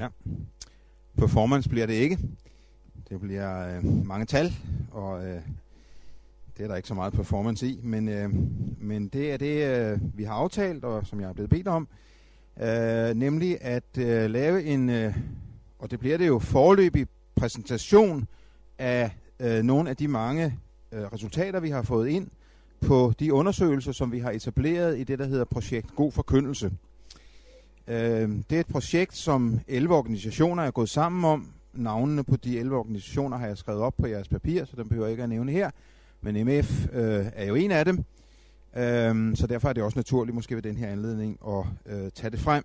Ja. Performance bliver det ikke. Det bliver mange tal, og det er der ikke så meget performance i, men det er det, vi har aftalt, og som jeg er blevet bedt om, nemlig at lave en, og det bliver det jo, foreløbig præsentation af nogle af de mange resultater, vi har fået ind på de undersøgelser, som vi har etableret i det, der hedder projekt God Forkyndelse. Det er et projekt, som 11 organisationer er gået sammen om. Navnene på de 11 organisationer har jeg skrevet op på jeres papir, så dem behøver jeg ikke at nævne her. Men MF er jo en af dem, så derfor er det også naturligt måske ved den her anledning at tage det frem.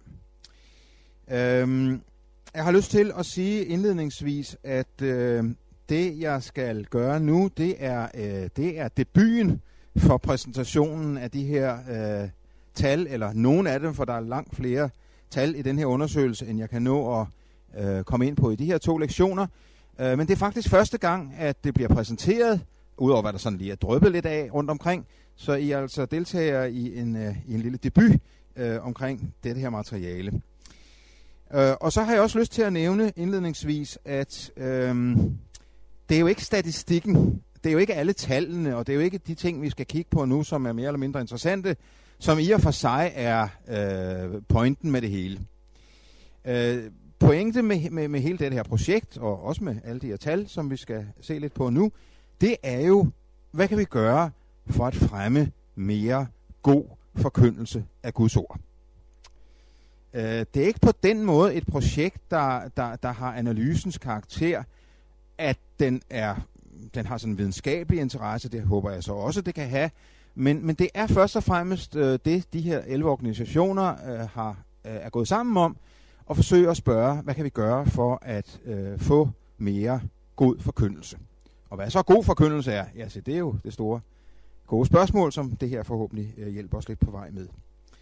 Jeg har lyst til at sige indledningsvis, at det jeg skal gøre nu, det er debuten for præsentationen af de her tal, eller nogle af dem, for der er langt flere tal i den her undersøgelse, end jeg kan nå at komme ind på i de her 2 lektioner. Men det er faktisk første gang, at det bliver præsenteret, udover hvad der sådan lige er dryppet lidt af rundt omkring, så I altså deltager i en lille debut omkring dette her materiale. Og så har jeg også lyst til at nævne indledningsvis, at det er jo ikke statistikken, det er jo ikke alle tallene, og det er jo ikke de ting, vi skal kigge på nu, som er mere eller mindre interessante, som i og for sig er pointen med det hele. Pointe med hele det her projekt, og også med alle de her tal, som vi skal se lidt på nu, det er jo, hvad kan vi gøre for at fremme mere god forkyndelse af Guds ord? Det er ikke på den måde et projekt, der har analysens karakter, at den har sådan en videnskabelig interesse, det håber jeg så også, det kan have, men det er først og fremmest det, de her 11 organisationer er gået sammen om, og forsøge at spørge, hvad kan vi gøre for at få mere god forkyndelse? Og hvad så god forkyndelse er? Ja, så det er jo det store gode spørgsmål, som det her forhåbentlig hjælper os lidt på vej med.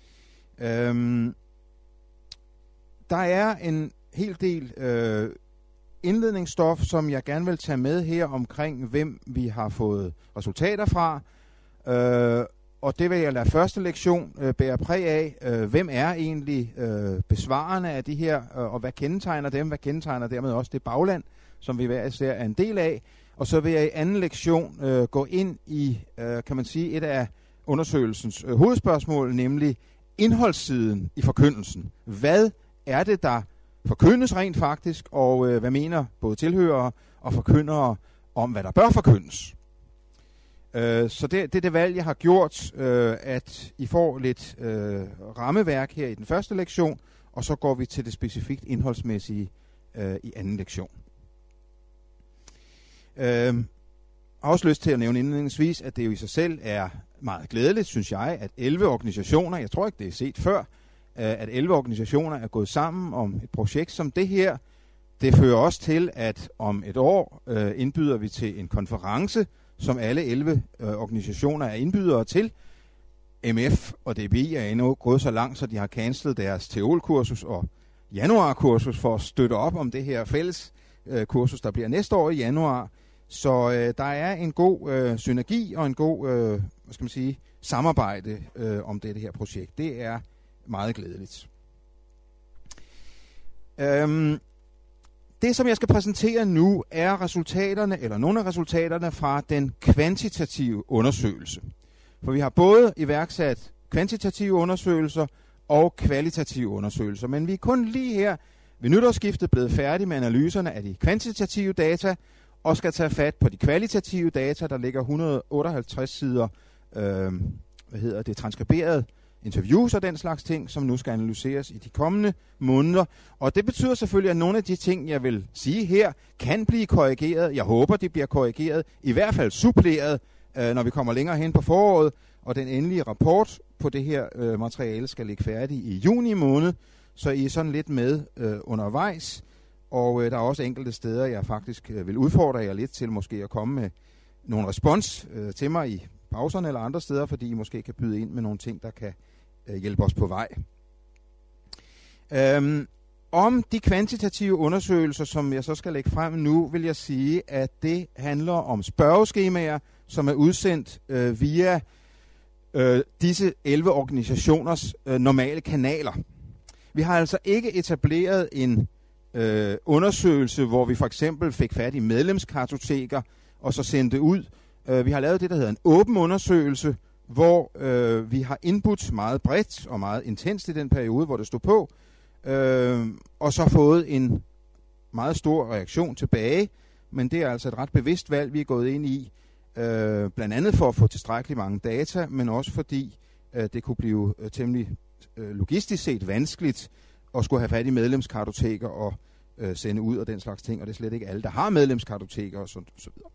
Der er en hel del indledningsstof, som jeg gerne vil tage med her omkring, hvem vi har fået resultater fra. Og det vil jeg lade første lektion bære præg af. Hvem er egentlig besvarende af de her, og hvad kendetegner dem? Hvad kendetegner dermed også det bagland, som vi hver især er en del af? Og så vil jeg i anden lektion gå ind i, kan man sige, et af undersøgelsens hovedspørgsmål, nemlig indholdssiden i forkyndelsen. Hvad er det, der forkyndes rent faktisk, og hvad mener både tilhørere og forkyndere om, hvad der bør forkyndes? Så det er det valg, jeg har gjort, at I får lidt rammeværk her i den første lektion, og så går vi til det specifikt indholdsmæssige i anden lektion. Jeg har også lyst til at nævne indledningsvis, at det jo i sig selv er meget glædeligt, synes jeg, at 11 organisationer, jeg tror ikke det er set før, at 11 organisationer er gået sammen om et projekt som det her. Det fører også til, at om et år indbyder vi til en konference, som alle 11 organisationer er indbydere til. MF og DBI er endnu gået så langt, så de har cancelet deres teolkursus og januarkursus for at støtte op om det her fælles kursus, der bliver næste år i januar. Så der er en god synergi og en god samarbejde om det her projekt. Det er meget glædeligt. Det, som jeg skal præsentere nu, er resultaterne, eller nogle af resultaterne fra den kvantitative undersøgelse. For vi har både iværksat kvantitative undersøgelser og kvalitative undersøgelser, men vi er kun lige her ved nytårsskiftet blevet færdige med analyserne af de kvantitative data, og skal tage fat på de kvalitative data. Der ligger 158 sider transkriberede interviews og den slags ting, som nu skal analyseres i de kommende måneder. Og det betyder selvfølgelig, at nogle af de ting, jeg vil sige her, kan blive korrigeret. Jeg håber, de bliver korrigeret, i hvert fald suppleret, når vi kommer længere hen på foråret. Og den endelige rapport på det her materiale skal ligge færdig i juni måned, så I er sådan lidt med undervejs. Og der er også enkelte steder, jeg faktisk vil udfordre jer lidt til måske at komme med nogle respons til mig i pauserne eller andre steder, fordi I måske kan byde ind med nogle ting, der kan hjælpe os på vej. Om de kvantitative undersøgelser, som jeg så skal lægge frem nu, vil jeg sige, at det handler om spørgeskemaer, som er udsendt via disse 11 organisationers normale kanaler. Vi har altså ikke etableret en undersøgelse, hvor vi for eksempel fik fat i medlemskartoteker, og så sendte ud. Vi har lavet det, der hedder en åben undersøgelse, hvor vi har indbudt meget bredt og meget intenst i den periode, hvor det stod på, og så fået en meget stor reaktion tilbage, men det er altså et ret bevidst valg, vi er gået ind i, blandt andet for at få tilstrækkeligt mange data, men også fordi det kunne blive temmelig logistisk set vanskeligt at skulle have fat i medlemskartoteker og sende ud og den slags ting, og det er slet ikke alle, der har medlemskartoteker og så videre.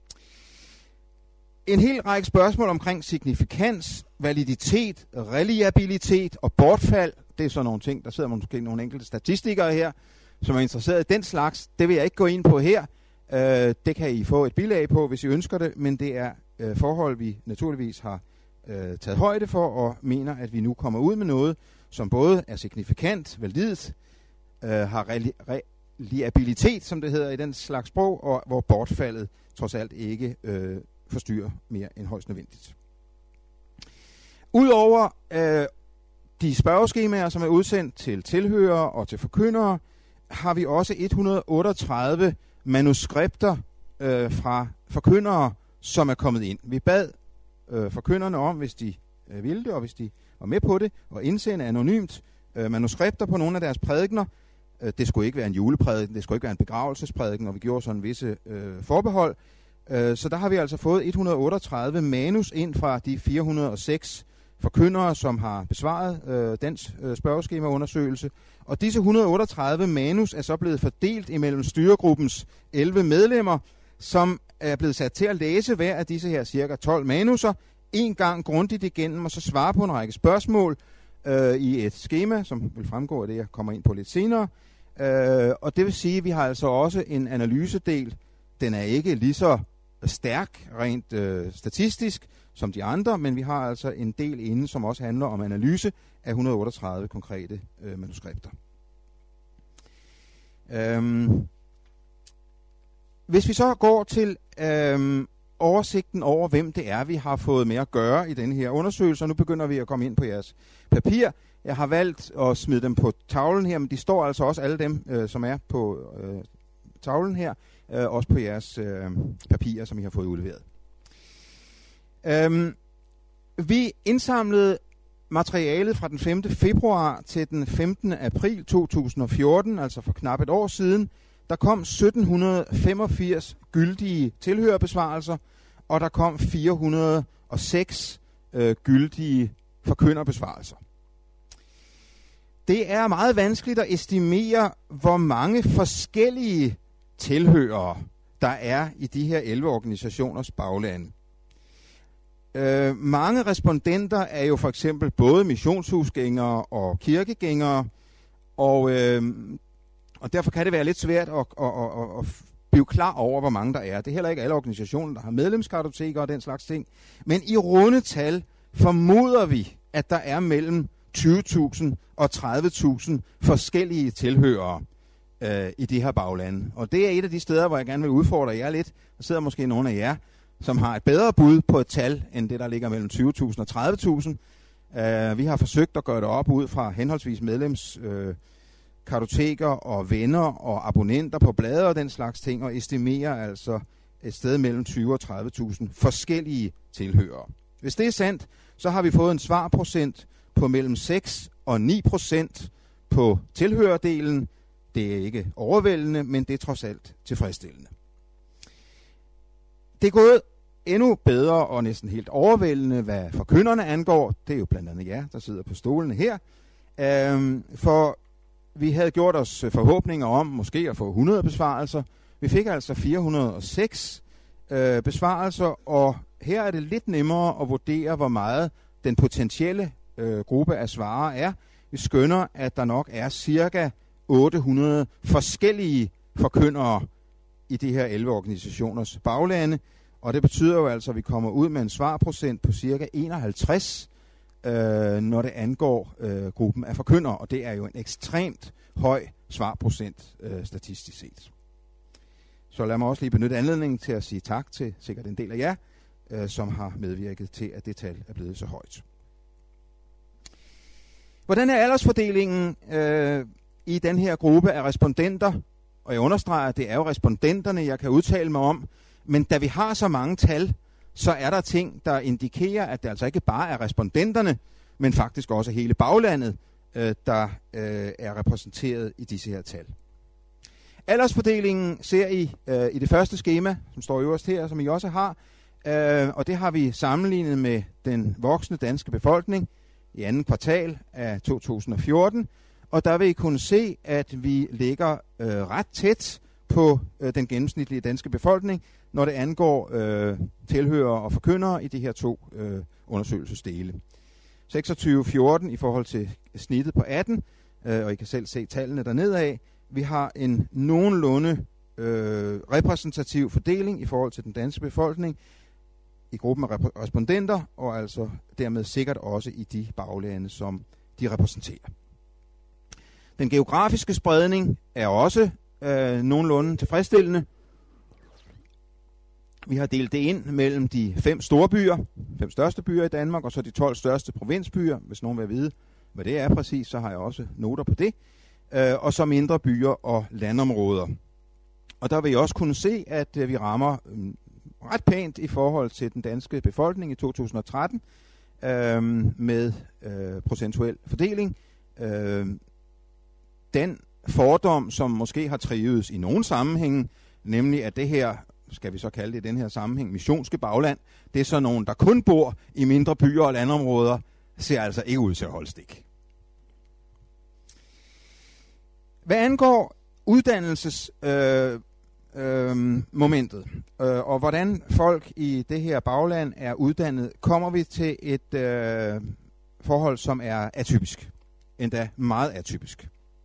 En hel række spørgsmål omkring signifikans, validitet, reliabilitet og bortfald. Det er sådan nogle ting, der sidder måske nogle enkelte statistikere her, som er interesseret i den slags. Det vil jeg ikke gå ind på her. Det kan I få et bilag på, hvis I ønsker det, men det er forhold, vi naturligvis har taget højde for, og mener, at vi nu kommer ud med noget, som både er signifikant, validt, har reliabilitet, som det hedder i den slags sprog, og hvor bortfaldet trods alt ikke forstyrrer mere end højst nødvendigt. Udover de spørgeskemaer, som er udsendt til tilhørere og til forkyndere, har vi også 138 manuskripter fra forkyndere, som er kommet ind. Vi bad forkynderne om, hvis de ville det, og hvis de var med på det, og indsende anonymt manuskripter på nogle af deres prædikener. Det skulle ikke være en juleprædiken, det skulle ikke være en begravelsesprædiken, og vi gjorde sådan visse forbehold. Så der har vi altså fået 138 manus ind fra de 406 forkyndere, som har besvaret dens spørgeskemaundersøgelse. Og disse 138 manus er så blevet fordelt imellem styregruppens 11 medlemmer, som er blevet sat til at læse hver af disse her cirka 12 manuser, en gang grundigt igennem, og så svare på en række spørgsmål i et skema, som vil fremgå af det, jeg kommer ind på lidt senere. Og det vil sige, at vi har altså også en analysedel. Den er ikke lige så stærk rent statistisk som de andre, men vi har altså en del inde, som også handler om analyse af 138 konkrete manuskripter. Hvis vi så går til oversigten over, hvem det er, vi har fået med at gøre i denne her undersøgelse, og nu begynder vi at komme ind på jeres papir. Jeg har valgt at smide dem på tavlen her, men de står altså også alle dem, som er på tavlen her, også på jeres papirer, som I har fået udleveret. Vi indsamlede materialet fra den 5. februar til den 15. april 2014, altså for knap et år siden. Der kom 1785 gyldige tilhørerbesvarelser, og der kom 406 gyldige forkynderbesvarelser. Det er meget vanskeligt at estimere, hvor mange forskellige tilhørere der er i de her 11 organisationers baglande. Mange respondenter er jo for eksempel både missionshusgængere og kirkegængere, og derfor kan det være lidt svært at blive klar over, hvor mange der er. Det er heller ikke alle organisationer, der har medlemskartoteker og den slags ting. Men i runde tal formoder vi, at der er mellem 20.000 og 30.000 forskellige tilhørere i de her baglande. Og det er et af de steder, hvor jeg gerne vil udfordre jer lidt. Der sidder måske nogle af jer, som har et bedre bud på et tal, end det, der ligger mellem 20.000 og 30.000. Vi har forsøgt at gøre det op ud fra henholdsvis medlemskartoteker og venner og abonnenter på blade og den slags ting, og estimerer altså et sted mellem 20.000 og 30.000 forskellige tilhørere. Hvis det er sandt, så har vi fået en svarprocent på mellem 6 og 9% på tilhørerdelen. Det er ikke overvældende, men det er trods alt tilfredsstillende. Det er gået endnu bedre og næsten helt overvældende, hvad forkynderne angår. Det er jo blandt andet jer, der sidder på stolene her. For vi havde gjort os forhåbninger om måske at få 100 besvarelser. Vi fik altså 406 besvarelser, og her er det lidt nemmere at vurdere, hvor meget den potentielle gruppe af svarere er. Vi skønner, at der nok er cirka 800 forskellige forkyndere i de her 11 organisationers baglande, og det betyder jo altså, at vi kommer ud med en svarprocent på cirka 51, når det angår gruppen af forkyndere, og det er jo en ekstremt høj svarprocent statistisk set. Så lad mig også lige benytte anledningen til at sige tak til sikkert en del af jer, som har medvirket til, at det tal er blevet så højt. Hvordan er aldersfordelingen i den her gruppe af respondenter, og jeg understreger, at det er jo respondenterne, jeg kan udtale mig om, men da vi har så mange tal, så er der ting, der indikerer, at det altså ikke bare er respondenterne, men faktisk også hele baglandet, der er repræsenteret i disse her tal. Aldersfordelingen ser I i det første skema, som står øverst her, som I også har, og det har vi sammenlignet med den voksne danske befolkning i andet kvartal af 2014, og der vil I kunne se, at vi ligger ret tæt på den gennemsnitlige danske befolkning, når det angår tilhørere og forkyndere i de her to undersøgelsesdele. 26-14 i forhold til snittet på 18, og I kan selv se tallene dernede af. Vi har en nogenlunde repræsentativ fordeling i forhold til den danske befolkning i gruppen af respondenter, og altså dermed sikkert også i de baglande, som de repræsenterer. Den geografiske spredning er også nogenlunde tilfredsstillende. Vi har delt det ind mellem de 5 store byer, 5 største byer i Danmark, og så de 12 største provinsbyer. Hvis nogen vil vide, hvad det er præcis, så har jeg også noter på det. Og så mindre byer og landområder. Og der vil I også kunne se, at vi rammer ret pænt i forhold til den danske befolkning i 2013 med procentuel fordeling. Den fordom, som måske har trivedes i nogen sammenhæng, nemlig at det her, skal vi så kalde det i den her sammenhæng, missionske bagland, det er så nogen, der kun bor i mindre byer og landområder, ser altså ikke ud til at holde stik. Hvad angår uddannelsesmomentet, og hvordan folk i det her bagland er uddannet, kommer vi til et forhold, som er atypisk. Endda meget atypisk.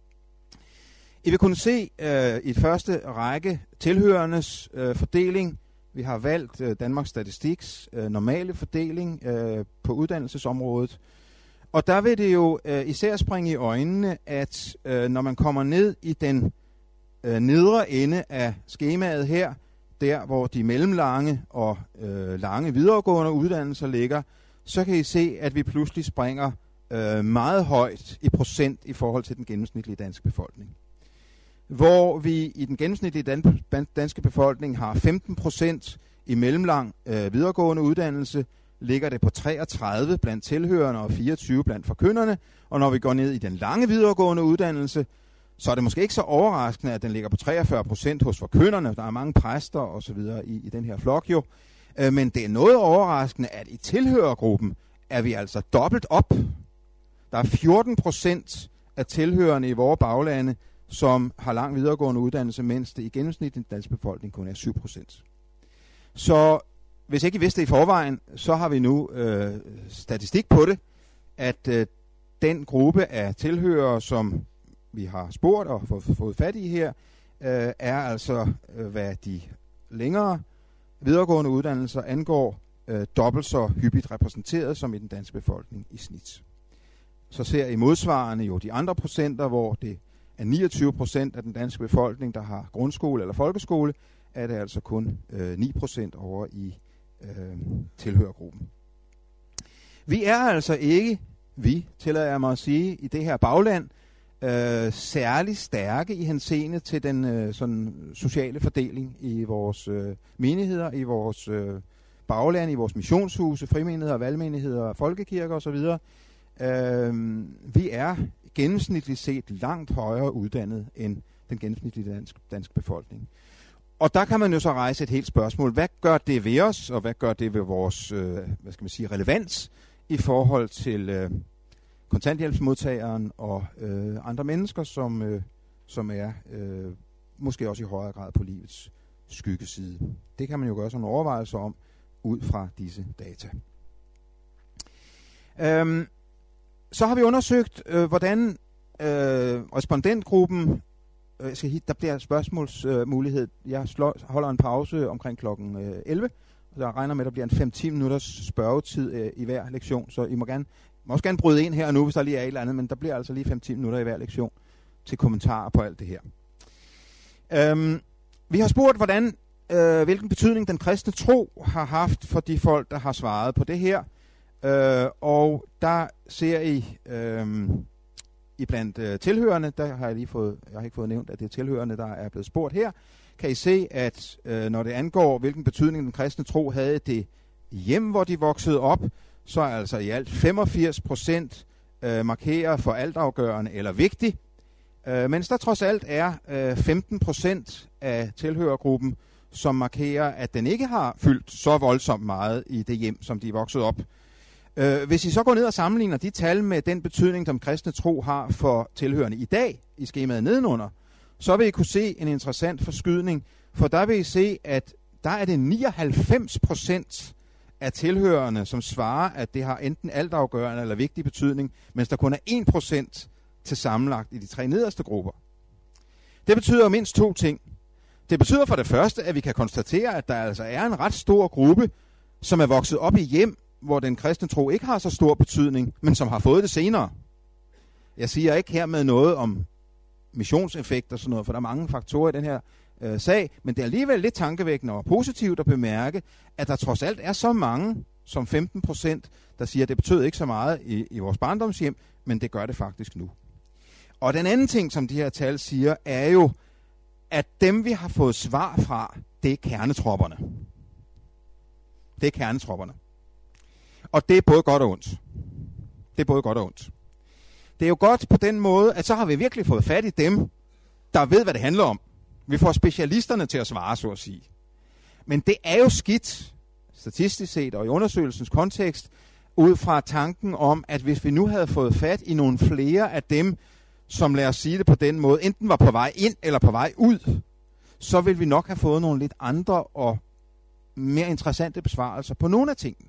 I vil kunne se i første række tilhørendes fordeling. Vi har valgt Danmarks Statistiks normale fordeling på uddannelsesområdet. Og der vil det jo især springe i øjnene, at når man kommer ned i den nedre ende af skemaet her, der hvor de mellemlange og lange videregående uddannelser ligger, så kan I se, at vi pludselig springer meget højt i procent i forhold til den gennemsnitlige danske befolkning. Hvor vi i den gennemsnitlige danske befolkning har 15% i mellemlang videregående uddannelse, ligger det på 33 blandt tilhørerne og 24 blandt forkynderne. Og når vi går ned i den lange videregående uddannelse, så er det måske ikke så overraskende, at den ligger på 43% hos forkynderne. Der er mange præster og så videre i den her flok jo. Men det er noget overraskende, at i tilhørergruppen er vi altså dobbelt op. Der er 14% af tilhørerne i vores baglande, som har lang videregående uddannelse, mens det i gennemsnit i den danske befolkning kun er 7%. Så hvis ikke I vidste det i forvejen, så har vi nu statistik på det, at den gruppe af tilhørere, som vi har spurgt og fået fat i her, er altså, hvad de længere videregående uddannelser angår, dobbelt så hyppigt repræsenteret som i den danske befolkning i snit. Så ser I modsvarende jo de andre procenter, hvor det er 29% af den danske befolkning, der har grundskole eller folkeskole, er det altså kun 9% over i tilhørergruppen. Vi er altså ikke, tillader jeg mig at sige, i det her bagland, særlig stærke i henseende til den sådan sociale fordeling i vores menigheder, i vores bagland, i vores missionshuse, frimenigheder, valgmenigheder, folkekirker osv. Vi er gennemsnitligt set langt højere uddannet end den gennemsnitlige danske befolkning. Og der kan man jo så rejse et helt spørgsmål. Hvad gør det ved os, og hvad gør det ved vores relevans i forhold til kontanthjælpsmodtageren og andre mennesker, som er måske også i højere grad på livets skyggeside. Det kan man jo gøre sådan nogle overvejelser om ud fra disse data. Så har vi undersøgt, hvordan respondentgruppen, der bliver spørgsmålsmulighed. Jeg holder en pause omkring klokken 11, og jeg regner med, at der bliver en 5-10 minutters spørgetid i hver lektion, så I må også gerne bryde ind her og nu, hvis der lige er et eller andet, men der bliver altså lige 5-10 minutter i hver lektion til kommentarer på alt det her. Vi har spurgt, hvilken betydning den kristne tro har haft for de folk, der har svaret på det her. Og der ser I iblandt tilhørende, der har jeg har ikke fået nævnt, at det er tilhørende, der er blevet spurgt her, kan I se, at når det angår, hvilken betydning den kristne tro havde det hjem, hvor de voksede op, så er altså i alt 85% markerer for altafgørende eller vigtig, mens der trods alt er 15% af tilhørergruppen, som markerer, at den ikke har fyldt så voldsomt meget i det hjem, som de er vokset op. Hvis I så går ned og sammenligner de tal med den betydning, som kristne tro har for tilhørende i dag, i skemaet nedenunder, så vil I kunne se en interessant forskydning, for der vil I se, at der er det 99% af tilhørende, som svarer, at det har enten altafgørende eller vigtig betydning, mens der kun er 1% til sammenlagt i de 3 nederste grupper. Det betyder mindst 2 ting. Det betyder for det første, at vi kan konstatere, at der altså er en ret stor gruppe, som er vokset op i hjem, hvor den kristne tro ikke har så stor betydning, men som har fået det senere. Jeg siger ikke hermed noget om missionseffekt og sådan noget, for der er mange faktorer i den her sag, men det er alligevel lidt tankevækkende og positivt at bemærke, at der trods alt er så mange som 15%, der siger, at det betød ikke så meget i vores barndomshjem, men det gør det faktisk nu. Og den anden ting, som de her tal siger, er jo, at dem vi har fået svar fra, det er kernetropperne. Det er kernetropperne. Og det er både godt og ondt. Det er både godt og ondt. Det er jo godt på den måde, at så har vi virkelig fået fat i dem, der ved, hvad det handler om. Vi får specialisterne til at svare, så at sige. Men det er jo skidt, statistisk set og i undersøgelsens kontekst, ud fra tanken om, at hvis vi nu havde fået fat i nogle flere af dem, som lad os sige det på den måde, enten var på vej ind eller på vej ud, så ville vi nok have fået nogle lidt andre og mere interessante besvarelser på nogle af tingene.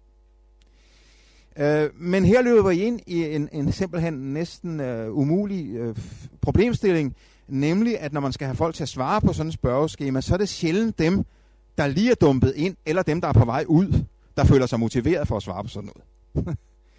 Men her løber vi ind i en simpelthen næsten umulig problemstilling, nemlig at når man skal have folk til at svare på sådan et spørgeskema, så er det sjældent dem, der lige er dumpet ind, eller dem, der er på vej ud, der føler sig motiveret for at svare på sådan noget.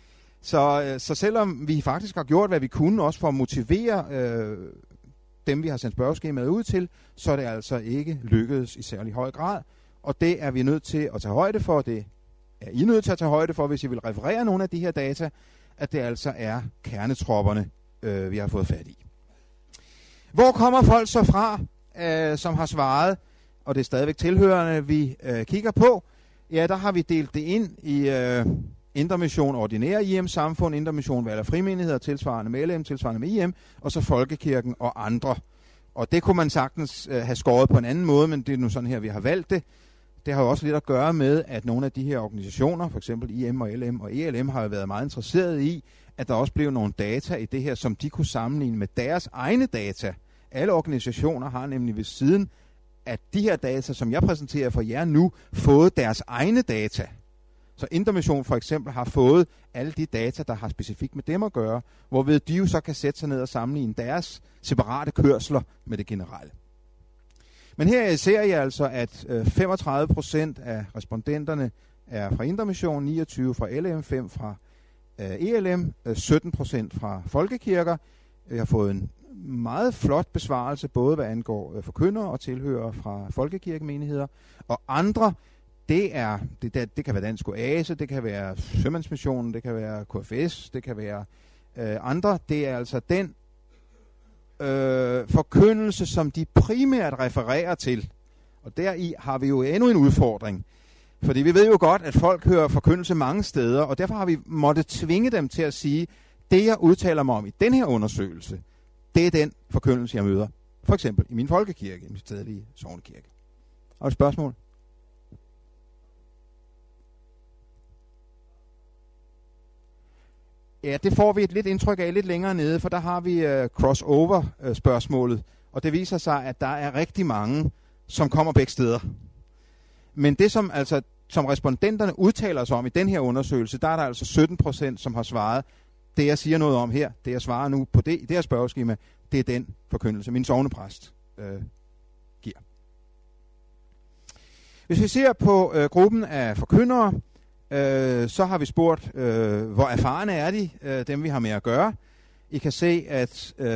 Så selvom vi faktisk har gjort, hvad vi kunne, også for at motivere dem, vi har sendt spørgeskemaet ud til, så er det altså ikke lykkedes i særlig høj grad. Og det er vi nødt til at tage højde for. Det er I nødt til at tage højde for, hvis I vil referere nogle af de her data, at det altså er kernetropperne, vi har fået fat i. Hvor kommer folk så fra, som har svaret, og det er stadigvæk tilhørende, vi kigger på? Ja, der har vi delt det ind i Indre Mission ordinære IM-samfund, Indre Mission valg af frimenigheder, tilsvarende med LM, tilsvarende med IM, og så Folkekirken og andre. Og det kunne man sagtens have skåret på en anden måde, men det er nu sådan her, vi har valgt det. Det har jo også lidt at gøre med, at nogle af de her organisationer, for eksempel IM og LM og ELM, har jo været meget interesseret i, at der også blev nogle data i det her, som de kunne sammenligne med deres egne data. Alle organisationer har nemlig ved siden af de her data, som jeg præsenterer for jer nu, fået deres egne data. Så Indre Mission for eksempel har fået alle de data, der har specifikt med dem at gøre, hvorved de jo så kan sætte sig ned og sammenligne deres separate kørsler med det generelle. Men her ser jeg altså, at 35% af respondenterne er fra Indre Mission, 29% fra LM, 5% fra ELM, 17% fra folkekirker. Jeg har fået en meget flot besvarelse, både hvad angår forkyndere og tilhørere fra folkekirkemenigheder. Og andre, det kan være Dansk Oase, det kan være Sømandsmissionen, det kan være KFS, det kan være andre. Det er altså den forkyndelse, som de primært refererer til. Og deri har vi jo endnu en udfordring. Fordi vi ved jo godt, at folk hører forkyndelse mange steder, og derfor har vi måttet tvinge dem til at sige, det jeg udtaler mig om i den her undersøgelse, det er den forkyndelse, jeg møder. For eksempel i min folkekirke, i min stedlige sognekirke. Og et spørgsmål? Ja, det får vi et lidt indtryk af lidt længere nede, for der har vi crossover-spørgsmålet. Og det viser sig, at der er rigtig mange, som kommer begge steder. Men det, som respondenterne udtaler sig om i den her undersøgelse, der er der altså 17%, som har svaret, det jeg siger noget om her, det jeg svarer nu på det, i det her spørgeskema, det er den forkyndelse, min sognepræst giver. Hvis vi ser på gruppen af forkyndere, så har vi spurgt, hvor erfarne er de, dem vi har med at gøre. I kan se, at 3%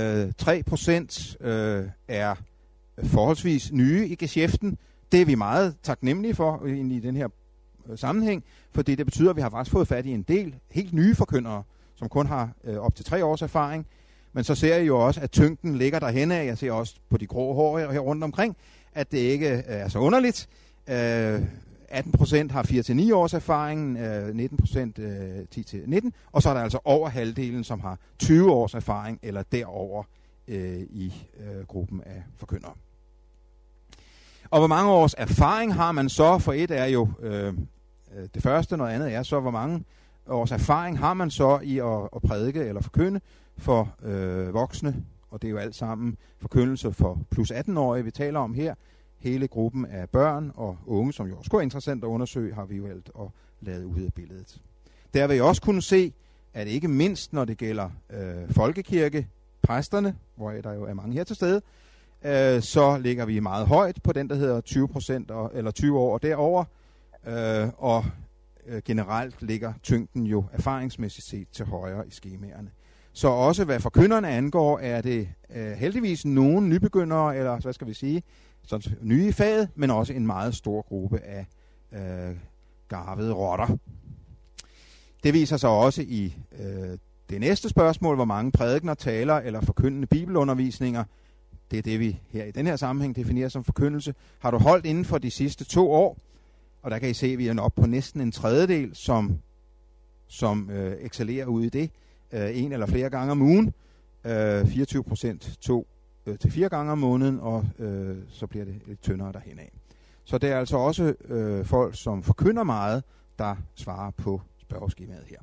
er forholdsvis nye i geschæften. Det er vi meget taknemmelige for i den her sammenhæng, fordi det betyder, at vi har faktisk fået fat i en del helt nye forkyndere, som kun har op til 3 års erfaring. Men så ser I jo også, at tyngden ligger derhen af. Jeg ser også på de grå hår her rundt omkring, at det ikke er så underligt. 18% har 4-9 års erfaring, 19% 10-19, og så er der altså over halvdelen, som har 20 års erfaring eller derover i gruppen af forkyndere. Og hvor mange års erfaring har man så? For et er jo det første, noget andet er så, hvor mange års erfaring har man så i at prædike eller forkynde for voksne, og det er jo alt sammen forkyndelse for plus 18-årige, vi taler om her. Hele gruppen af børn og unge, som jo også kunne være interessant at undersøge, har vi jo valgt at lade ud af billedet. Der vil jeg også kunne se, at ikke mindst når det gælder folkekirke, præsterne, hvor der jo er mange her til stede, så ligger vi meget højt på den, der hedder 20% eller 20 år og derover, og generelt ligger tyngden jo erfaringsmæssigt set til højre i skemaerne. Så også hvad forkynderne angår, er det heldigvis nogle nybegyndere, eller hvad skal vi sige, sådan nye i faget, men også en meget stor gruppe af garvede rotter. Det viser sig også i det næste spørgsmål, hvor mange prædikener, taler eller forkyndende bibelundervisninger. Det er det, vi her i den her sammenhæng definerer som forkyndelse. Har du holdt inden for de sidste 2 år, og der kan I se, at vi er oppe på næsten en tredjedel, som excellerer ud i det, 1 eller flere gange om ugen, 24% 2 til 4 gange om måneden, og så bliver det lidt tyndere derhen af. Så det er altså også folk, som forkynder meget, der svarer på spørgeskemaet her.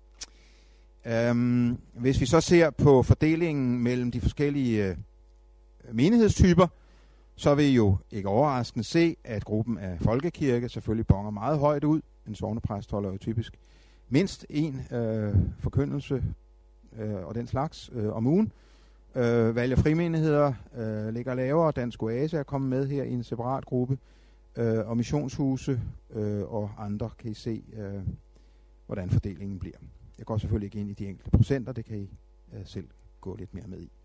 Hvis vi så ser på fordelingen mellem de forskellige menighedstyper, så vil I jo ikke overraskende se, at gruppen af folkekirke selvfølgelig bonger meget højt ud. En sognepræst holder jo typisk mindst en forkyndelse og den slags om ugen. Valg af frimenigheder ligger lavere. Dansk Oase er kommet med her i en separat gruppe. Og missionshuse og andre kan I se, hvordan fordelingen bliver. Jeg går selvfølgelig ikke ind i de enkelte procenter, det kan I selv gå lidt mere med i.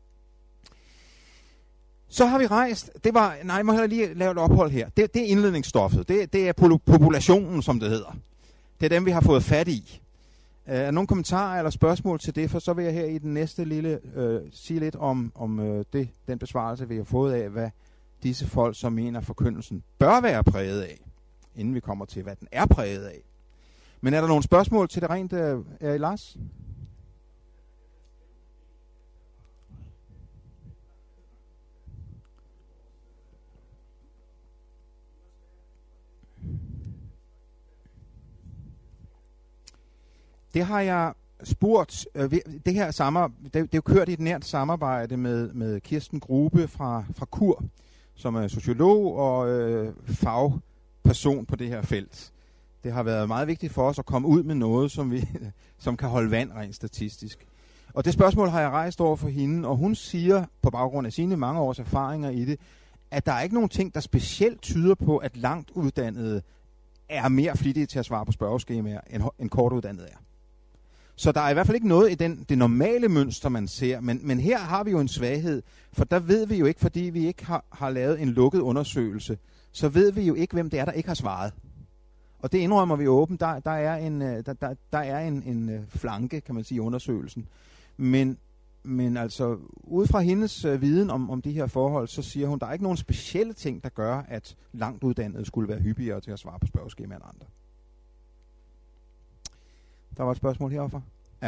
Så har vi rejst, jeg må heller lige lave et ophold her. Det er indledningsstoffet, det er populationen, som det hedder. Det er dem, vi har fået fat i. Er nogle kommentarer eller spørgsmål til det, for så vil jeg her i den næste lille sige lidt om den besvarelse, vi har fået af, hvad disse folk, som mener forkyndelsen, bør være præget af, inden vi kommer til, hvad den er præget af. Men er der nogle spørgsmål til det rent, Lars? Det har jeg spurgt. Det her det er jo kørt i et nært samarbejde med Kirsten Grube fra KUR, som er sociolog og fagperson på det her felt. Det har været meget vigtigt for os at komme ud med noget, som kan holde vand rent statistisk. Og det spørgsmål har jeg rejst over for hende, og hun siger, på baggrund af sine mange års erfaringer i det, at der er ikke nogen ting, der specielt tyder på, at langt uddannede er mere flittige til at svare på spørgeskemaer, end kortuddannede er. Så der er i hvert fald ikke noget i det normale mønster, man ser, men her har vi jo en svaghed, for der ved vi jo ikke, fordi vi ikke har lavet en lukket undersøgelse, så ved vi jo ikke, hvem det er, der ikke har svaret. Og det indrømmer vi åbent. Der er en flanke, kan man sige, i undersøgelsen. Men altså, ud fra hendes viden om de her forhold, så siger hun, der er ikke nogen specielle ting, der gør, at langt uddannede skulle være hyppigere til at svare på spørgeskemaer end andre. Der var et spørgsmål heroppe. Ja.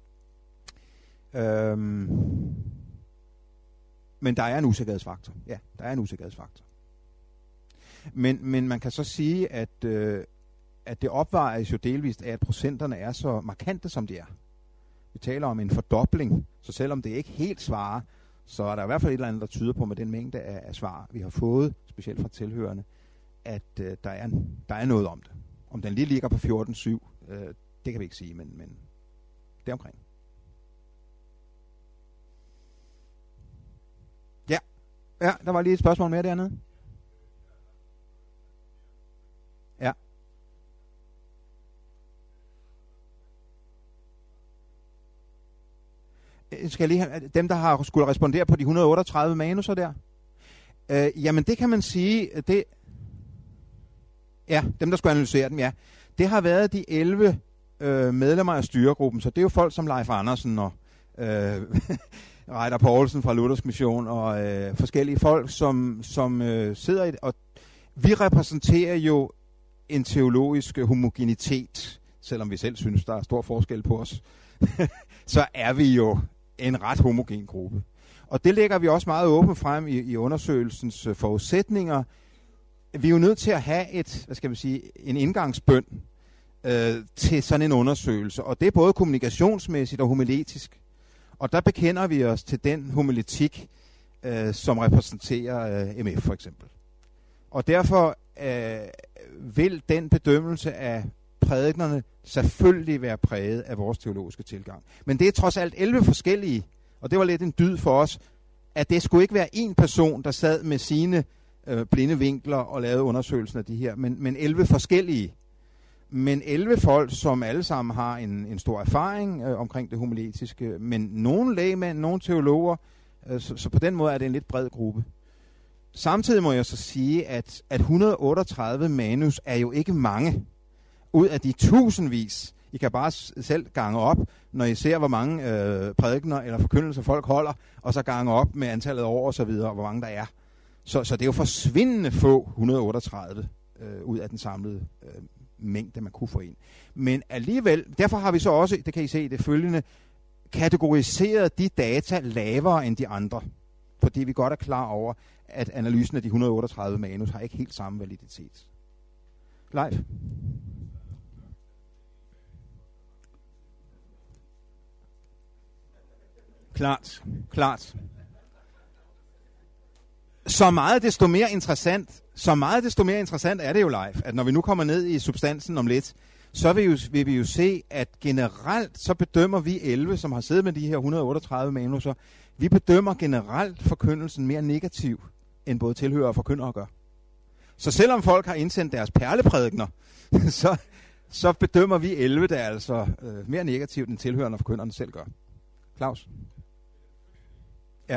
Men der er en usikkerhedsfaktor. Ja, der er en usikkerhedsfaktor. Men man kan så sige, at det opvejes jo delvist af, at procenterne er så markante, som de er. Vi taler om en fordobling, så selvom det ikke helt svarer, så er der i hvert fald et eller andet, der tyder på med den mængde af svar, vi har fået, specielt fra tilhørende, at der er noget om det. Om den lige ligger på 14,7, det kan vi ikke sige, men det er omkring. Ja, der var lige et spørgsmål mere dernede. Ja. Skal jeg lige have dem, der har skulle respondere på de 138 manuser der? Jamen det kan man sige, det... Ja, dem der skulle analysere dem, ja. Det har været de 11 medlemmer af styregruppen, så det er jo folk som Leif Andersen og Reiter Poulsen fra Luthersk Mission og forskellige folk, som sidder i det. Og vi repræsenterer jo en teologisk homogenitet, selvom vi selv synes, der er stor forskel på os. Så er vi jo en ret homogen gruppe. Og det lægger vi også meget åbent frem i undersøgelsens forudsætninger. Vi er jo nødt til at have en indgangsbøn til sådan en undersøgelse, og det er både kommunikationsmæssigt og homiletisk. Og der bekender vi os til den homiletik, som repræsenterer MF for eksempel. Og derfor vil den bedømmelse af prædiknerne selvfølgelig være præget af vores teologiske tilgang. Men det er trods alt 11 forskellige, og det var lidt en dyd for os, at det skulle ikke være én person, der sad med sine blinde vinkler og lavede undersøgelsen af de her, men 11 forskellige. Men 11 folk, som alle sammen har en stor erfaring omkring det homiletiske, men nogle lægmænd, nogle teologer, så på den måde er det en lidt bred gruppe. Samtidig må jeg så sige, at 138 manus er jo ikke mange ud af de tusindvis. I kan bare selv gange op, når I ser, hvor mange prædikener eller forkyndelser folk holder, og så gange op med antallet af år og så videre, og hvor mange der er. Så det er jo forsvindende få 138 ud af den samlede mængde, man kunne få ind. Men alligevel, derfor har vi så også, det kan I se i det følgende, kategoriseret de data lavere end de andre. Fordi vi godt er klar over, at analysen af de 138 manus har ikke helt samme validitet. Leif? Klart. Så meget desto mere interessant er det jo, Leif, at når vi nu kommer ned i substansen om lidt, så vil vi jo se, at generelt så bedømmer vi 11, som har siddet med de her 138 manuser, vi bedømmer generelt forkyndelsen mere negativ, end både tilhører og forkyndere gør. Så selvom folk har indsendt deres perleprædikener, så bedømmer vi 11, der altså mere negativt, end tilhørende og forkynderne selv gør. Claus? Ja.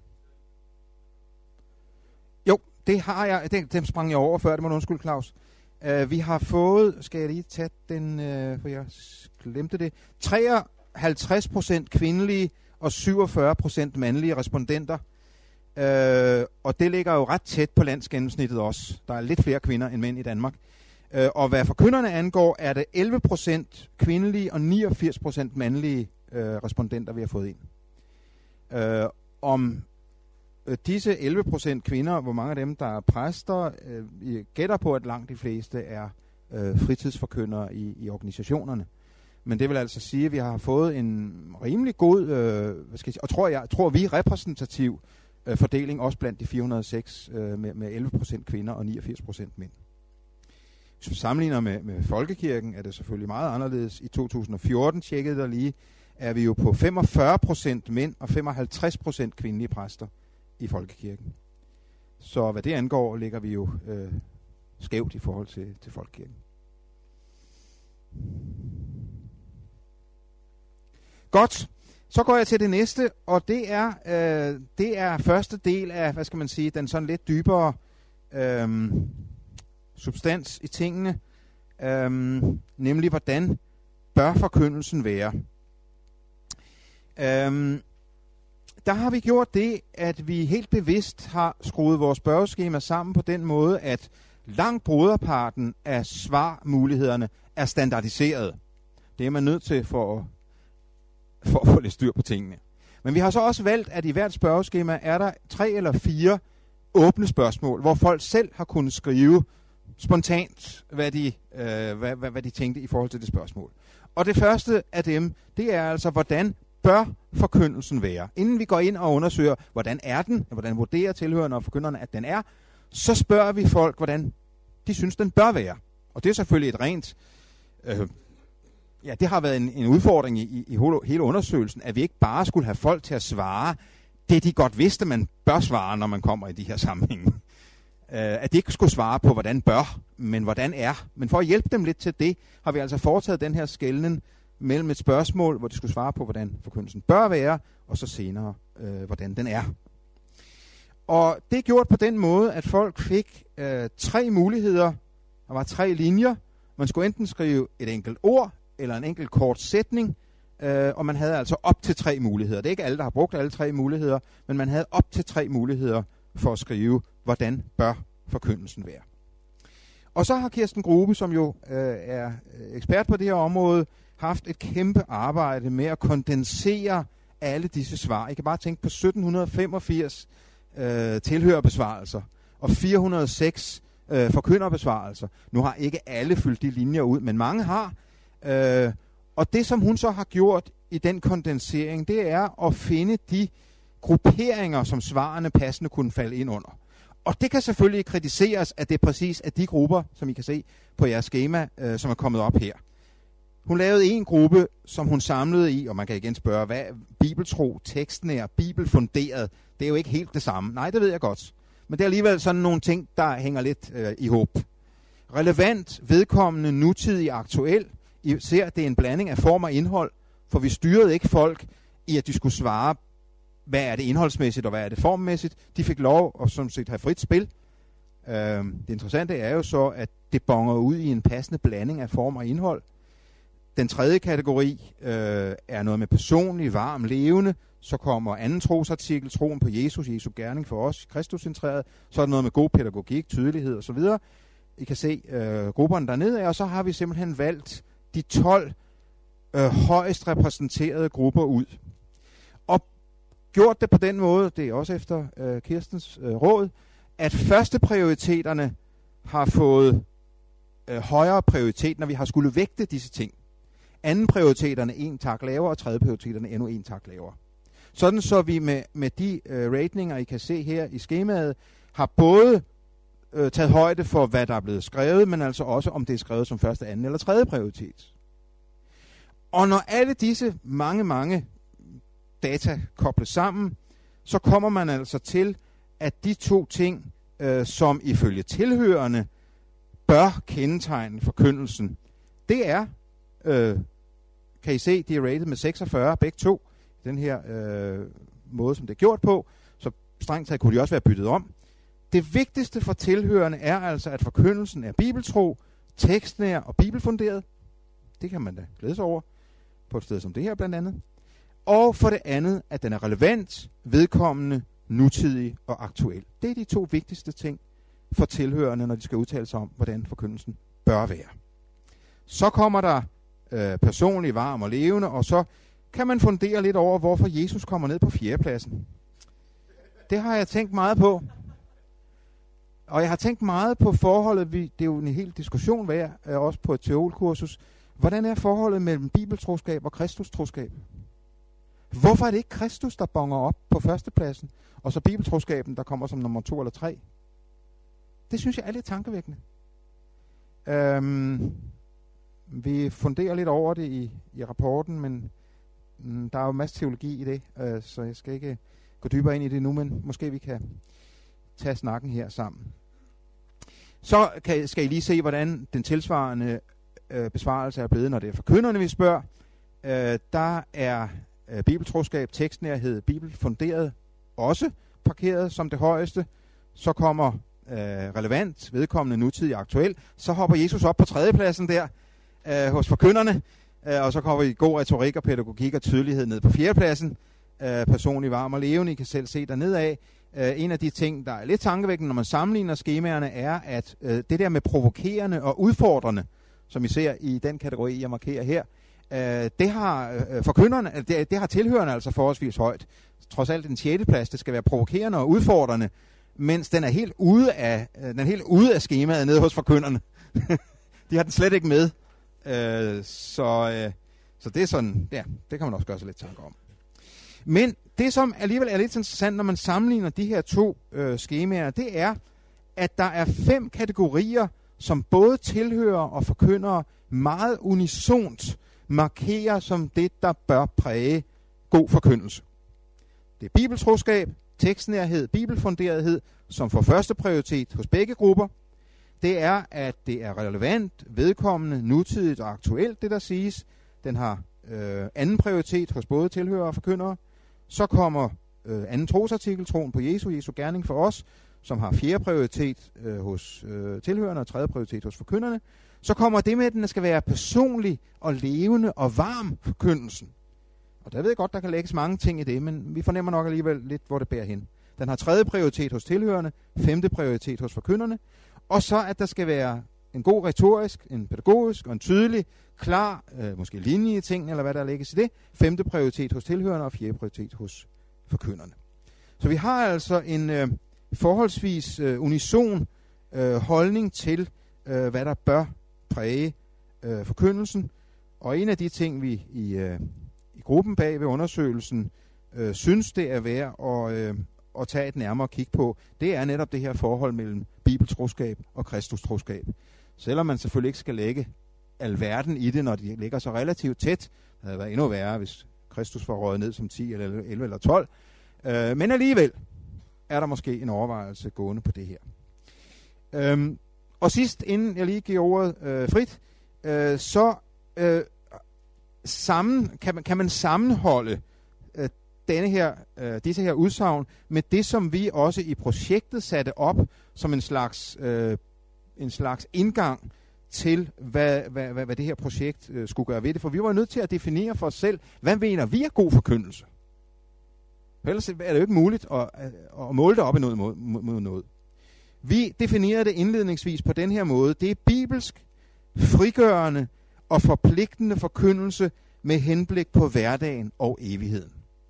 Jo, det har jeg. Dem sprang jeg over før, det må du undskylde, Claus. Vi har fået, skal jeg lige tage den, for jeg glemte det, 53% kvindelige og 47% mandlige respondenter. Og det ligger jo ret tæt på landsgennemsnittet også. Der er lidt flere kvinder end mænd i Danmark. Og hvad forkynderne angår, er det 11% kvindelige og 89% mandlige respondenter, vi har fået ind. Om disse 11% kvinder, hvor mange af dem, der er præster, gætter på, at langt de fleste er fritidsforkyndere i organisationerne. Men det vil altså sige, at vi har fået en rimelig god, og tror vi, repræsentativ fordeling, også blandt de 406, med 11% kvinder og 89% mænd. Hvis vi sammenligner med folkekirken, er det selvfølgelig meget anderledes. I 2014 tjekkede der lige, er vi jo på 45% mænd og 55% kvindelige præster i folkekirken. Så hvad det angår, ligger vi jo skævt i forhold til folkekirken. Godt, så går jeg til det næste, og det er første del af, hvad skal man sige, den sådan lidt dybere substans i tingene, nemlig hvordan bør forkyndelsen være. Der har vi gjort det, at vi helt bevidst har skruet vores spørgeskema sammen på den måde, at langt broderparten af svarmulighederne er standardiseret. Det er man nødt til for at få lidt styr på tingene. Men vi har så også valgt, at i hvert spørgeskema er der 3 eller 4 åbne spørgsmål, hvor folk selv har kunnet skrive spontant, hvad de tænkte i forhold til det spørgsmål. Og det første af dem, det er altså, hvordan bør forkyndelsen være? Inden vi går ind og undersøger, hvordan er den, hvordan vurderer tilhørende og forkynderne, at den er, så spørger vi folk, hvordan de synes, den bør være. Og det er selvfølgelig et rent... det har været en udfordring i hele undersøgelsen, at vi ikke bare skulle have folk til at svare det, de godt vidste, man bør svare, når man kommer i de her sammenhænge. At de ikke skulle svare på, hvordan bør, men hvordan er. Men for at hjælpe dem lidt til det, har vi altså foretaget den her skelnen mellem et spørgsmål, hvor de skulle svare på, hvordan forkyndelsen bør være, og så senere, hvordan den er. Og det er gjort på den måde, at folk fik 3 muligheder. Der var 3 linjer. Man skulle enten skrive et enkelt ord, eller en enkelt kort sætning, og man havde altså op til 3 muligheder. Det er ikke alle, der har brugt alle 3 muligheder, men man havde op til 3 muligheder for at skrive, hvordan bør forkyndelsen være. Og så har Kirsten Grube, som jo er ekspert på det her område, haft et kæmpe arbejde med at kondensere alle disse svar. I kan bare tænke på 1785 tilhørerbesvarelser og 406 forkynderbesvarelser. Nu har ikke alle fyldt de linjer ud, men mange har. Og det, som hun så har gjort i den kondensering, det er at finde de grupperinger, som svarene passende kunne falde ind under. Og det kan selvfølgelig kritiseres, at det er præcis af de grupper, som I kan se på jeres schema, som er kommet op her. Hun lavede en gruppe, som hun samlede i, og man kan igen spørge, hvad bibeltro, tekstnær, bibelfunderet, det er jo ikke helt det samme. Nej, det ved jeg godt. Men det er alligevel sådan nogle ting, der hænger lidt i håb. Relevant, vedkommende, nutidig, aktuel. I ser, det er en blanding af form og indhold, for vi styrede ikke folk i, at de skulle svare, hvad er det indholdsmæssigt, og hvad er det formmæssigt. De fik lov at som set have frit spil. Det interessante er jo så, at det bonger ud i en passende blanding af form og indhold. Den tredje kategori er noget med personlig, varm, levende. Så kommer anden trosartikel, troen på Jesus, Jesu gerning for os, Kristuscentreret. Så er der noget med god pædagogik, tydelighed osv. I kan se grupperne dernede af, og så har vi simpelthen valgt de 12 højst repræsenterede grupper ud. Og gjort det på den måde, det er også efter Kirstens råd, at første prioriteterne har fået højere prioritet, når vi har skulle vægte disse ting. Anden prioriteterne 1 tak lavere, og tredje prioriteterne endnu 1 tak lavere. Sådan så vi med de ratninger, I kan se her i skemaet, har både taget højde for, hvad der er blevet skrevet, men altså også, om det er skrevet som første, anden eller tredje prioritet. Og når alle disse mange data kobles sammen, så kommer man altså til, at de 2 ting, som ifølge tilhørende bør kendetegne forkyndelsen, det er, kan I se, de er rated med 46, begge 2, den her måde, som det er gjort på, så strengt taget kunne de også være byttet om. Det vigtigste for tilhørende er altså, at forkyndelsen er bibeltro, tekstnær og bibelfunderet. Det kan man da glæde sig over, på et sted som det her blandt andet. Og for det andet, at den er relevant, vedkommende, nutidig og aktuel. Det er de 2 vigtigste ting for tilhørende, når de skal udtale sig om, hvordan forkyndelsen bør være. Så kommer der personlig, varm og levende, og så kan man fundere lidt over, hvorfor Jesus kommer ned på 4. pladsen. Det har jeg tænkt meget på. Og jeg har tænkt meget på forholdet, det er jo en hel diskussion værd, også på et teolkursus. Hvordan er forholdet mellem bibeltroskab og kristustroskab? Hvorfor er det ikke Kristus, der bonger op på 1. pladsen, og så bibeltroskaben, der kommer som nummer 2 eller 3? Det synes jeg er lidt tankevækkende. Vi funderer lidt over det i rapporten, men der er jo masser teologi i det, så jeg skal ikke gå dybere ind i det nu, men måske vi kan tage snakken her sammen. Så skal I lige se, hvordan den tilsvarende besvarelse er blevet, når det er forkynderne, vi spørger. Der er bibeltroskab, tekstnærhed, bibelfunderet også parkeret som det højeste. Så kommer relevant, vedkommende, nutidig, aktuel. Så hopper Jesus op på 3. pladsen der hos forkynderne, og så kommer vi god retorik og pædagogik og tydelighed ned på 4. pladsen. Personlig, varm og levende, I kan selv se dernede af. En af de ting, der er lidt tankevækkende, når man sammenligner skemaerne, er, at det der med provokerende og udfordrende, som I ser i den kategori, jeg markerer her, det har forkynderne, det har tilhørende altså forholdsvis højt. Trods alt den 6. plads, det skal være provokerende og udfordrende, mens den er helt ude af skemaet nede hos forkynderne. De har den slet ikke med. Så det er sådan, ja, det kan man også gøre sig lidt tanker om. Men det, som alligevel er lidt interessant, når man sammenligner de her 2 skemaer, det er, at der er 5 kategorier, som både tilhører og forkyndere meget unisont markerer som det, der bør præge god forkyndelse. Det er bibeltroskab, tekstnærhed, bibelfunderethed, som får første prioritet hos begge grupper. Det er, at det er relevant, vedkommende, nutidigt og aktuelt, det der siges. Den har anden prioritet hos både tilhørere og forkyndere. Så kommer anden trosartikel, troen på Jesu gerning for os, som har 4. prioritet hos tilhørerne og 3. prioritet hos forkynderne. Så kommer det med, at den skal være personlig og levende og varm forkyndelsen. Og der ved jeg godt, der kan lægges mange ting i det, men vi fornemmer nok alligevel lidt, hvor det bærer hen. Den har 3. prioritet hos tilhørende, 5. prioritet hos forkynderne, og så at der skal være en god retorisk, en pædagogisk og en tydelig, klar, måske linje i tingene, eller hvad der lægges i det. 5. prioritet hos tilhørende og 4. prioritet hos forkynderne. Så vi har altså en forholdsvis unison holdning til, hvad der bør præge forkyndelsen. Og en af de ting, vi i gruppen bag ved undersøgelsen synes, det er værd at tage et nærmere kig på, det er netop det her forhold mellem bibeltroskab og kristustroskab. Selvom man selvfølgelig ikke skal lægge alverden i det, når de ligger så relativt tæt. Det havde været endnu værre, hvis Kristus var røget ned som 10 eller 11 eller 12. Men alligevel er der måske en overvejelse gående på det her. Og sidst, inden jeg lige giver ordet frit, kan man sammenholde disse her udsagn med det, som vi også i projektet satte op som en slags indgang til, hvad det her projekt skulle gøre ved det. For vi var nødt til at definere for os selv, hvad mener vi er god forkyndelse? For ellers er det jo ikke muligt at måle det op mod noget. Vi definerede det indledningsvis på den her måde. Det er bibelsk, frigørende og forpligtende forkyndelse med henblik på hverdagen og evigheden.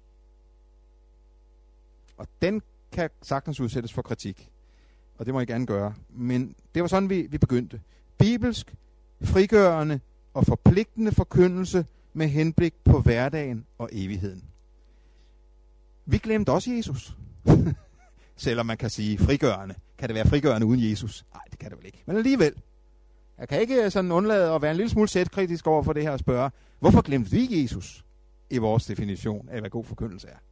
Og den kan sagtens udsættes for kritik. Og det må jeg gerne gøre. Men det var sådan, vi begyndte. Bibelsk, frigørende og forpligtende forkyndelse med henblik på hverdagen og evigheden. Vi glemte også Jesus. Selvom man kan sige frigørende. Kan det være frigørende uden Jesus? Nej, det kan det vel ikke. Men alligevel. Jeg kan ikke sådan undlade at være en lille smule selvkritisk over for det her og spørge, hvorfor glemte vi Jesus i vores definition af, hvad god forkyndelse er?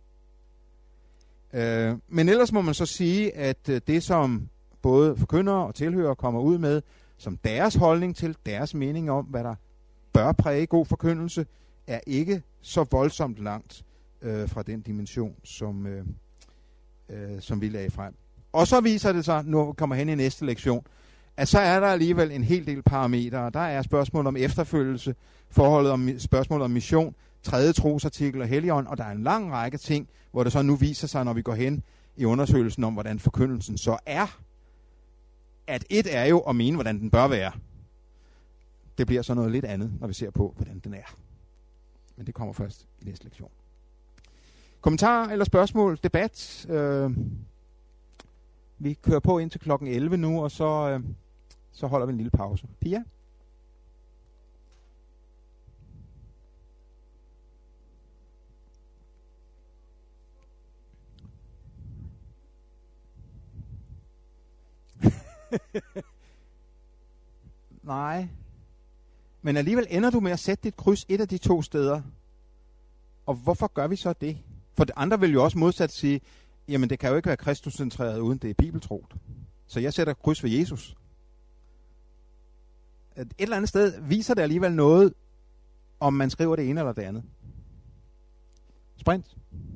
Men ellers må man så sige, at det som både forkyndere og tilhørere kommer ud med, som deres holdning til, deres mening om, hvad der bør præge god forkyndelse, er ikke så voldsomt langt fra den dimension, som vi lagde frem. Og så viser det sig, nu kommer hen i næste lektion, at så er der alligevel en hel del parametre. Der er spørgsmål om efterfølgelse, spørgsmål om mission, 3. trosartikel og Helligånd, og der er en lang række ting, hvor det så nu viser sig, når vi går hen i undersøgelsen om, hvordan forkyndelsen så er, at et er jo at mene, hvordan den bør være. Det bliver så noget lidt andet, når vi ser på, hvordan den er. Men det kommer først i næste lektion. Kommentarer eller spørgsmål, debat. Vi kører på indtil klokken 11 nu, og så holder vi en lille pause. Pia? Nej. Men alligevel ender du med at sætte dit kryds et af de 2 steder. Og hvorfor gør vi så det? For det andre vil jo også modsat sige, jamen det kan jo ikke være kristuscentreret, uden det er bibeltroet. Så jeg sætter kryds ved Jesus. Et eller andet sted viser det alligevel noget, om man skriver det ene eller det andet. Sprint.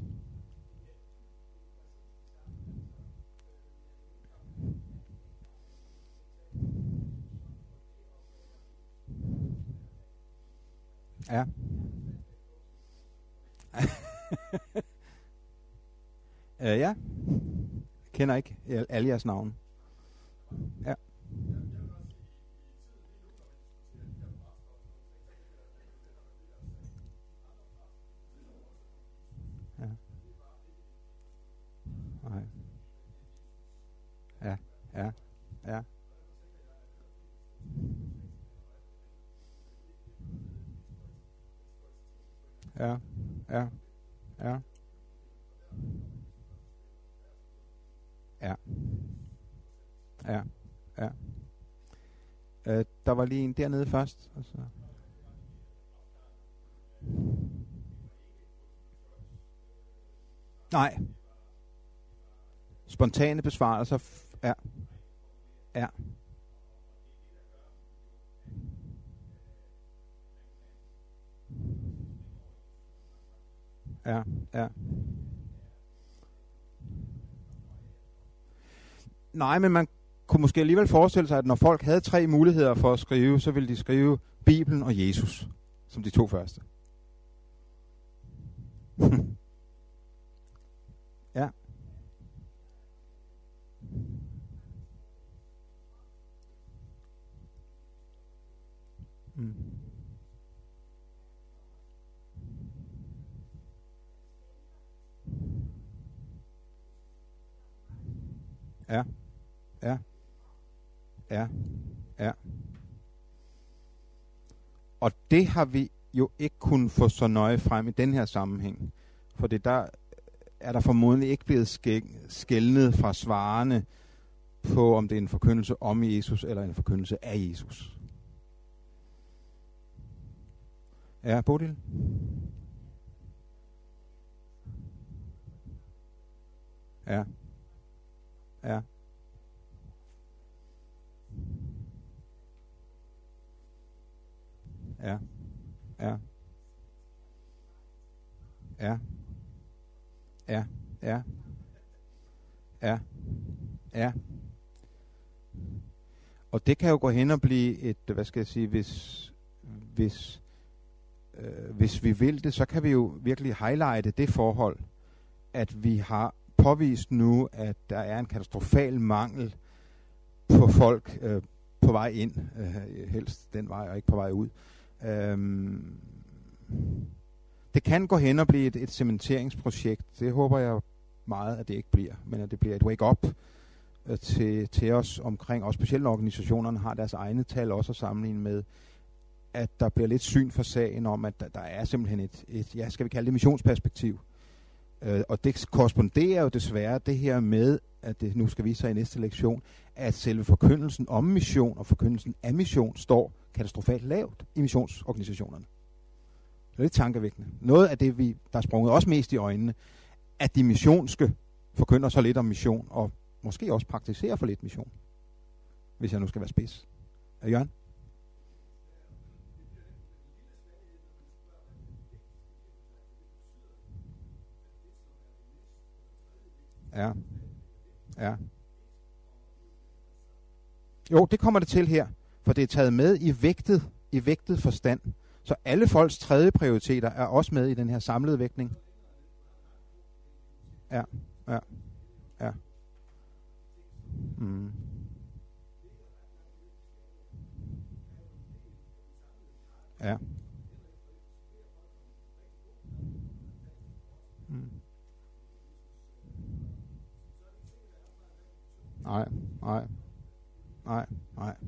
Ja. Ja. Jeg kender ikke alle jeres navne. Ja. Ja. Nej. Ja. Ja. Ja. Ja. Ja. Ja. Ja. Ja. Ja. Der var lige en dernede først. Og så. Nej. Spontane besvarelser. Ja. Ja. Ja, ja. Nej, men man kunne måske alligevel forestille sig, at når folk havde 3 muligheder for at skrive, så ville de skrive Bibelen og Jesus som de 2 første. Ja. Mm. Ja. Ja. Ja. Ja. Og det har vi jo ikke kunnet få så nøje frem i den her sammenhæng. For det der er der formodentlig ikke blevet skelnet fra svarene på, om det er en forkyndelse om Jesus eller en forkyndelse af Jesus. Ja, Bodil? Ja. Ja. Ja. Ja. Ja. Ja. Ja. Ja. Ja. Og det kan jo gå hen og blive et, hvad skal jeg sige, hvis vi vil det, så kan vi jo virkelig highlighte det forhold, at vi har påvist nu, at der er en katastrofal mangel på folk på vej ind, helst den vej og ikke på vej ud. Det kan gå hen og blive et cementeringsprojekt. Det håber jeg meget, at det ikke bliver, men at det bliver et wake-up til os omkring, og specielt når organisationerne har deres egne tal også at sammenligne med, at der bliver lidt syn for sagen om, at der er simpelthen et ja, skal vi kalde det missionsperspektiv. Og det korresponderer jo desværre det her med, at det nu skal vise sig i næste lektion, at selve forkyndelsen om mission og forkyndelsen af mission står katastrofalt lavt i missionsorganisationerne. Det er lidt tankevækkende. Noget af det, der er sprunget også mest i øjnene, at de missionske forkynder så lidt om mission, og måske også praktiserer for lidt mission, hvis jeg nu skal være spids. Jørgen? Ja. Ja. Jo, det kommer det til her, for det er taget med i vægtet forstand. Så alle folks tredje prioriteter er også med i den her samlede vægtning. Ja, ja, ja. Mm. Ja. Mm. Nej, nej, nej, nej.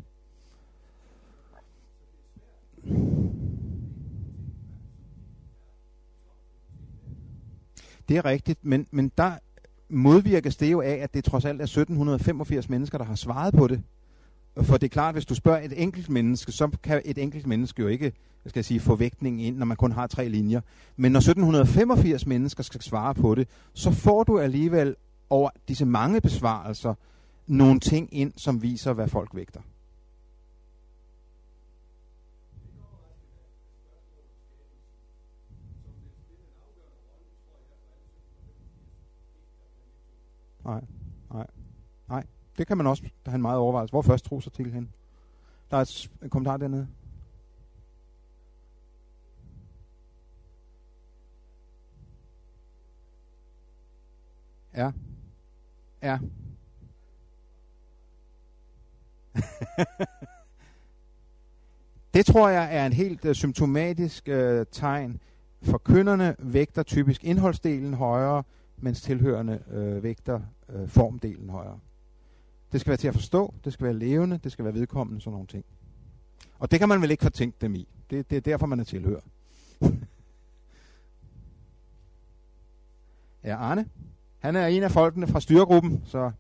Det er rigtigt, men der modvirkes det jo af, at det trods alt er 1785 mennesker, der har svaret på det. For det er klart, hvis du spørger et enkelt menneske, så kan et enkelt menneske jo ikke, jeg skal sige, få vægtning ind, når man kun har 3 linjer. Men når 1785 mennesker skal svare på det, så får du alligevel over disse mange besvarelser nogle ting ind, som viser, hvad folk vægter. Nej, nej, nej. Det kan man også have en meget overvejelse. Hvor først trosartikel hen? Der er et kommentar dernede. Ja. Ja. Det tror jeg er en helt symptomatisk tegn. Forkynderne vægter typisk indholdsdelen højere, mens tilhørende vægter formdelen højere. Det skal være til at forstå, det skal være levende, det skal være vedkommende, sådan nogle ting. Og det kan man vel ikke fortænke dem i. Det er derfor, man er tilhører. Ja, Arne. Han er en af folkene fra styregruppen, så...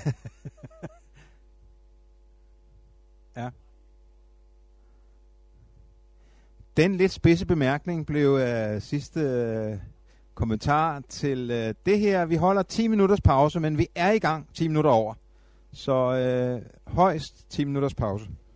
Ja. Den lidt spidse bemærkning blev sidste kommentar til det her. Vi holder 10 minutters pause, men vi er i gang 10 minutter over. Så højst 10 minutters pause.